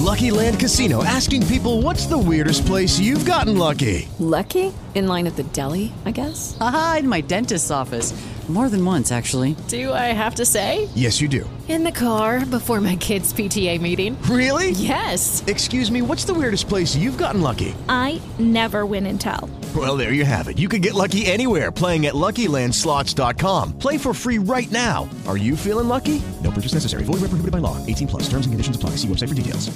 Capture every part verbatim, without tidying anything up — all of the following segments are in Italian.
Lucky Land Casino, asking people, what's the weirdest place you've gotten lucky? Lucky? In line at the deli, I guess? Aha, in my dentist's office. More than once, actually. Do I have to say? Yes, you do. In the car before my kids' P T A meeting. Really? Yes. Excuse me, what's the weirdest place you've gotten lucky? I never win and tell. Well, there you have it. You can get lucky anywhere, playing at Lucky Land Slots dot com. Play for free right now. Are you feeling lucky? No purchase necessary. Void where prohibited by law. eighteen plus. Terms and conditions apply. See website for details.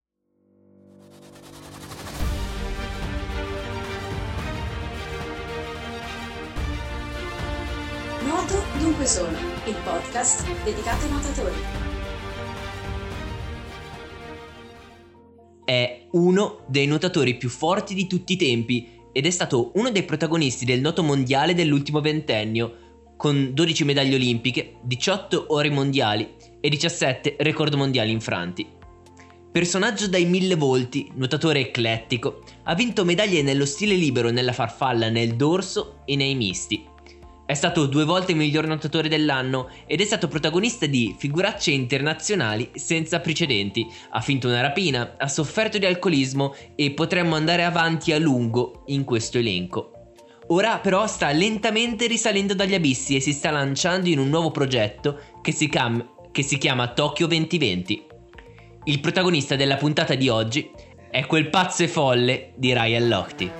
Nuoto dunque sono, il podcast dedicato ai nuotatori. È uno dei nuotatori più forti di tutti i tempi ed è stato uno dei protagonisti del nuoto mondiale dell'ultimo ventennio, con dodici medaglie olimpiche, diciotto ori mondiali e diciassette record mondiali infranti. Personaggio dai mille volti, nuotatore eclettico, ha vinto medaglie nello stile libero, nella farfalla, nel dorso e nei misti. È stato due volte il miglior nuotatore dell'anno ed è stato protagonista di figuracce internazionali senza precedenti. Ha finto una rapina, ha sofferto di alcolismo e potremmo andare avanti a lungo in questo elenco. Ora però sta lentamente risalendo dagli abissi e si sta lanciando in un nuovo progetto che si, cam- che si chiama Tokyo duemilaventi. Il protagonista della puntata di oggi è quel pazzo e folle di Ryan Lochte.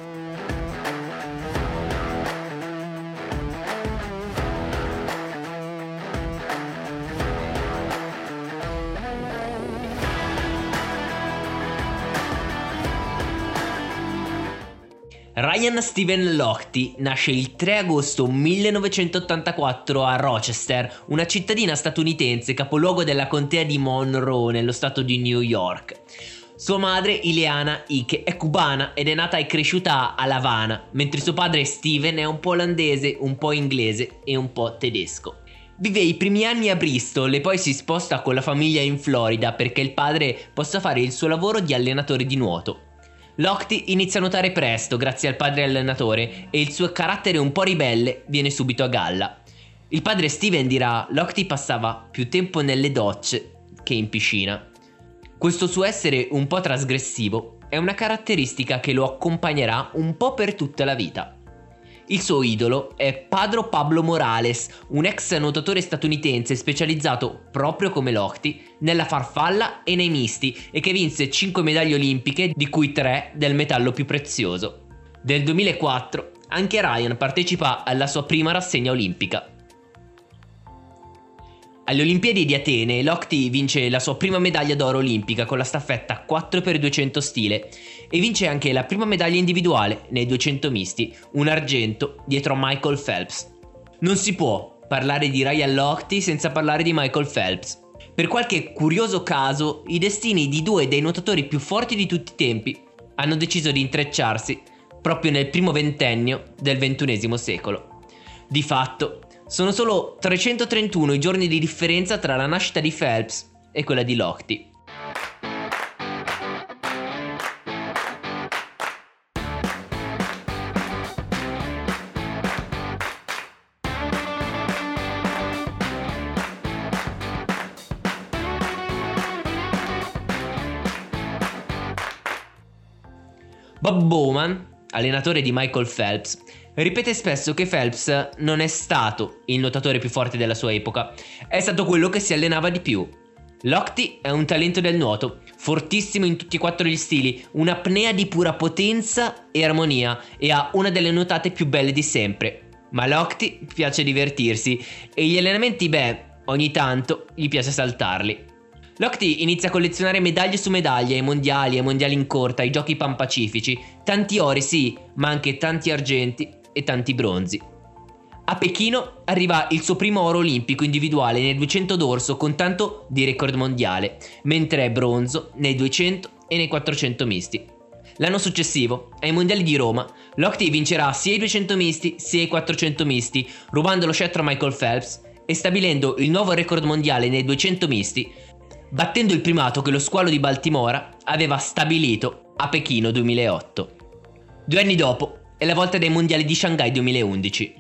Ryan Steven Lochte nasce il tre agosto millenovecentottantaquattro a Rochester, una cittadina statunitense capoluogo della contea di Monroe nello stato di New York. Sua madre, Ileana Ike, è cubana ed è nata e cresciuta a La Habana, mentre suo padre Steven è un po' olandese, un po' inglese e un po' tedesco. Vive i primi anni a Bristol e poi si sposta con la famiglia in Florida perché il padre possa fare il suo lavoro di allenatore di nuoto. Lochte inizia a nuotare presto grazie al padre allenatore e il suo carattere un po' ribelle viene subito a galla. Il padre Steven dirà: Lochte passava più tempo nelle docce che in piscina. Questo suo essere un po' trasgressivo è una caratteristica che lo accompagnerà un po' per tutta la vita. Il suo idolo è Pedro Pablo Morales, un ex nuotatore statunitense specializzato, proprio come Lochte, nella farfalla e nei misti e che vinse cinque medaglie olimpiche, di cui tre del metallo più prezioso. Nel duemilaquattro anche Ryan partecipa alla sua prima rassegna olimpica. Alle Olimpiadi di Atene, Lochte vince la sua prima medaglia d'oro olimpica con la staffetta quattro per duecento stile e vince anche la prima medaglia individuale nei duecento misti, un argento dietro a Michael Phelps. Non si può parlare di Ryan Lochte senza parlare di Michael Phelps. Per qualche curioso caso, i destini di due dei nuotatori più forti di tutti i tempi hanno deciso di intrecciarsi proprio nel primo ventennio del ventunesimo secolo. Di fatto, sono solo trecentotrentuno i giorni di differenza tra la nascita di Phelps e quella di Lochte. Bob Bowman, allenatore di Michael Phelps, ripete spesso che Phelps non è stato il nuotatore più forte della sua epoca, è stato quello che si allenava di più. Lochte è un talento del nuoto, fortissimo in tutti e quattro gli stili, un'apnea di pura potenza e armonia e ha una delle nuotate più belle di sempre. Ma a Lochte piace divertirsi e gli allenamenti, beh, ogni tanto gli piace saltarli. Lochte inizia a collezionare medaglie su medaglie ai mondiali, ai mondiali in corta, ai giochi panpacifici. Tanti ori sì, ma anche tanti argenti e tanti bronzi. A Pechino arriva il suo primo oro olimpico individuale nei duecento dorso con tanto di record mondiale, mentre è bronzo nei duecento e nei quattrocento misti. L'anno successivo, ai mondiali di Roma, Lochte vincerà sia i duecento misti sia i quattrocento misti, rubando lo scettro a Michael Phelps e stabilendo il nuovo record mondiale nei duecento misti, battendo il primato che lo squalo di Baltimora aveva stabilito a Pechino duemilaotto. Due anni dopo è la volta dei mondiali di Shanghai duemilaundici.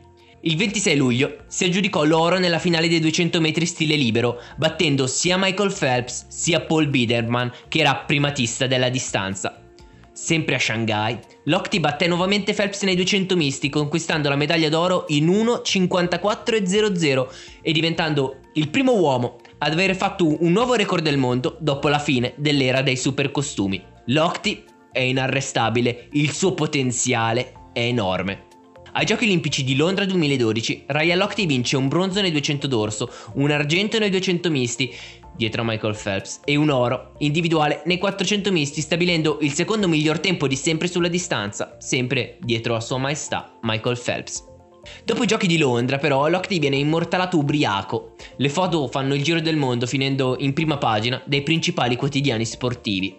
Il ventisei luglio si aggiudicò l'oro nella finale dei duecento metri stile libero, battendo sia Michael Phelps sia Paul Biederman, che era primatista della distanza. Sempre a Shanghai, Lochte batté nuovamente Phelps nei duecento misti, conquistando la medaglia d'oro in uno cinquantaquattro e zero zero e diventando il primo uomo ad aver fatto un nuovo record del mondo dopo la fine dell'era dei super costumi. Lochte è inarrestabile, il suo potenziale è enorme. Ai Giochi Olimpici di Londra duemiladodici, Ryan Lochte vince un bronzo nei duecento dorso, un argento nei duecento misti, dietro a Michael Phelps, e un oro individuale nei quattrocento misti, stabilendo il secondo miglior tempo di sempre sulla distanza, sempre dietro a Sua Maestà Michael Phelps. Dopo i Giochi di Londra, però, Lochte viene immortalato ubriaco. Le foto fanno il giro del mondo, finendo in prima pagina dei principali quotidiani sportivi.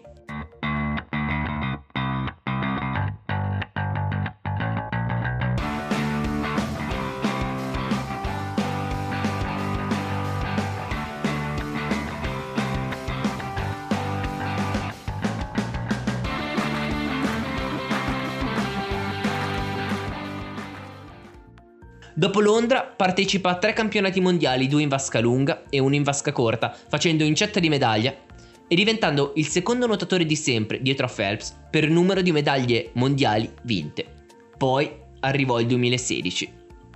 Dopo Londra partecipa a tre campionati mondiali, due in vasca lunga e uno in vasca corta, facendo incetta di medaglia e diventando il secondo nuotatore di sempre, dietro a Phelps, per numero di medaglie mondiali vinte. Poi arrivò il duemilasedici.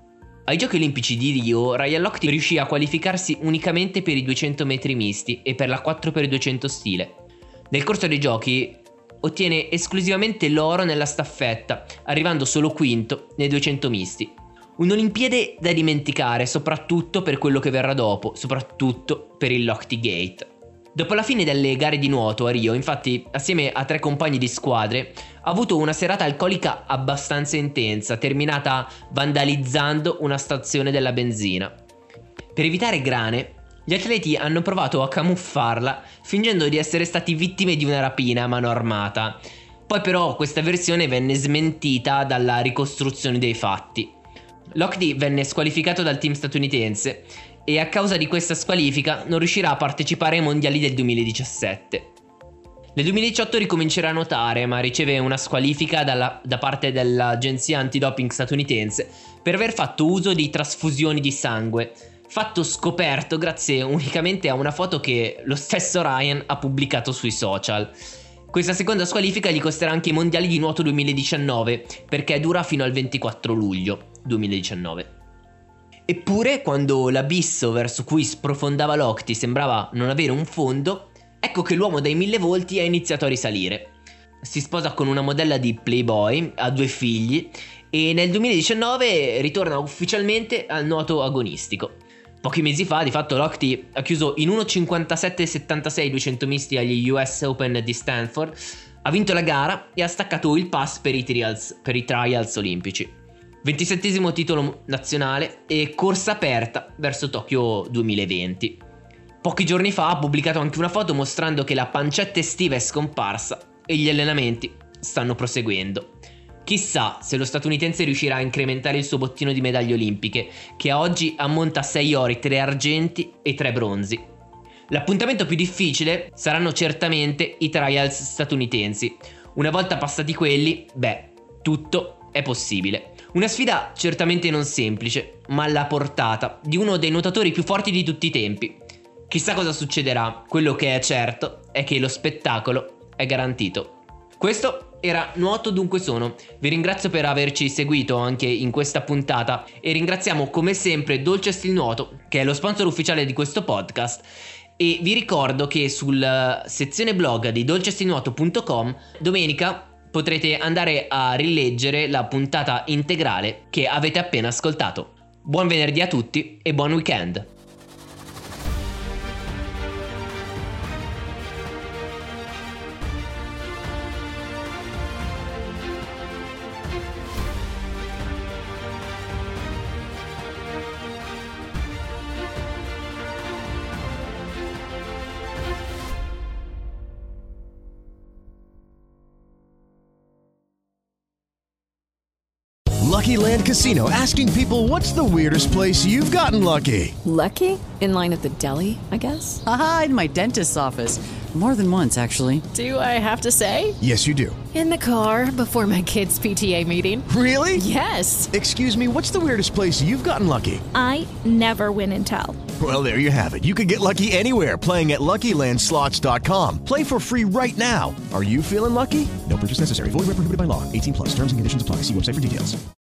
Ai Giochi Olimpici di Rio, Ryan Lochte riuscì a qualificarsi unicamente per i duecento metri misti e per la quattro per duecento stile. Nel corso dei Giochi ottiene esclusivamente l'oro nella staffetta, arrivando solo quinto nei duecento misti. Un'Olimpiade da dimenticare, soprattutto per quello che verrà dopo, soprattutto per il Lochte Gate. Dopo la fine delle gare di nuoto a Rio, infatti, assieme a tre compagni di squadre, ha avuto una serata alcolica abbastanza intensa, terminata vandalizzando una stazione della benzina. Per evitare grane, gli atleti hanno provato a camuffarla, fingendo di essere stati vittime di una rapina a mano armata. Poi però questa versione venne smentita dalla ricostruzione dei fatti. Lochte venne squalificato dal team statunitense e a causa di questa squalifica non riuscirà a partecipare ai mondiali del duemiladiciassette. Nel duemiladiciotto ricomincerà a nuotare, ma riceve una squalifica dalla, da parte dell'agenzia antidoping statunitense per aver fatto uso di trasfusioni di sangue, fatto scoperto grazie unicamente a una foto che lo stesso Ryan ha pubblicato sui social. Questa seconda squalifica gli costerà anche i mondiali di nuoto duemiladiciannove, perché dura fino al ventiquattro luglio duemiladiciannove. Eppure, quando l'abisso verso cui sprofondava Lochte sembrava non avere un fondo, ecco che l'uomo dai mille volti ha iniziato a risalire. Si sposa con una modella di Playboy, ha due figli e nel duemiladiciannove ritorna ufficialmente al nuoto agonistico. Pochi mesi fa, di fatto, Lochte ha chiuso in uno cinquantasette settantasei duecento misti agli U S Open di Stanford, ha vinto la gara e ha staccato il pass per i trials, per i trials olimpici. ventisettesimo titolo nazionale e corsa aperta verso Tokyo duemilaventi. Pochi giorni fa ha pubblicato anche una foto mostrando che la pancetta estiva è scomparsa e gli allenamenti stanno proseguendo. Chissà se lo statunitense riuscirà a incrementare il suo bottino di medaglie olimpiche, che a oggi ammonta a sei ori, tre argenti e tre bronzi. L'appuntamento più difficile saranno certamente i trials statunitensi. Una volta passati quelli, beh, tutto è possibile. Una sfida certamente non semplice, ma alla portata di uno dei nuotatori più forti di tutti i tempi. Chissà cosa succederà, quello che è certo è che lo spettacolo è garantito. Questo era Nuoto Dunque Sono. Vi ringrazio per averci seguito anche in questa puntata e ringraziamo come sempre Dolce Stil Nuoto, che è lo sponsor ufficiale di questo podcast, e vi ricordo che sulla sezione blog di dolce stil nuoto punto com domenica potrete andare a rileggere la puntata integrale che avete appena ascoltato. Buon venerdì a tutti e buon weekend! Lucky Land Casino, asking people, what's the weirdest place you've gotten lucky? Lucky? In line at the deli, I guess? Aha, in my dentist's office. More than once, actually. Do I have to say? Yes, you do. In the car before my kids' P T A meeting. Really? Yes. Excuse me, what's the weirdest place you've gotten lucky? I never win and tell. Well, there you have it. You can get lucky anywhere, playing at Lucky Land Slots dot com. Play for free right now. Are you feeling lucky? No purchase necessary. Void where prohibited by law. eighteen plus. Terms and conditions apply. See website for details.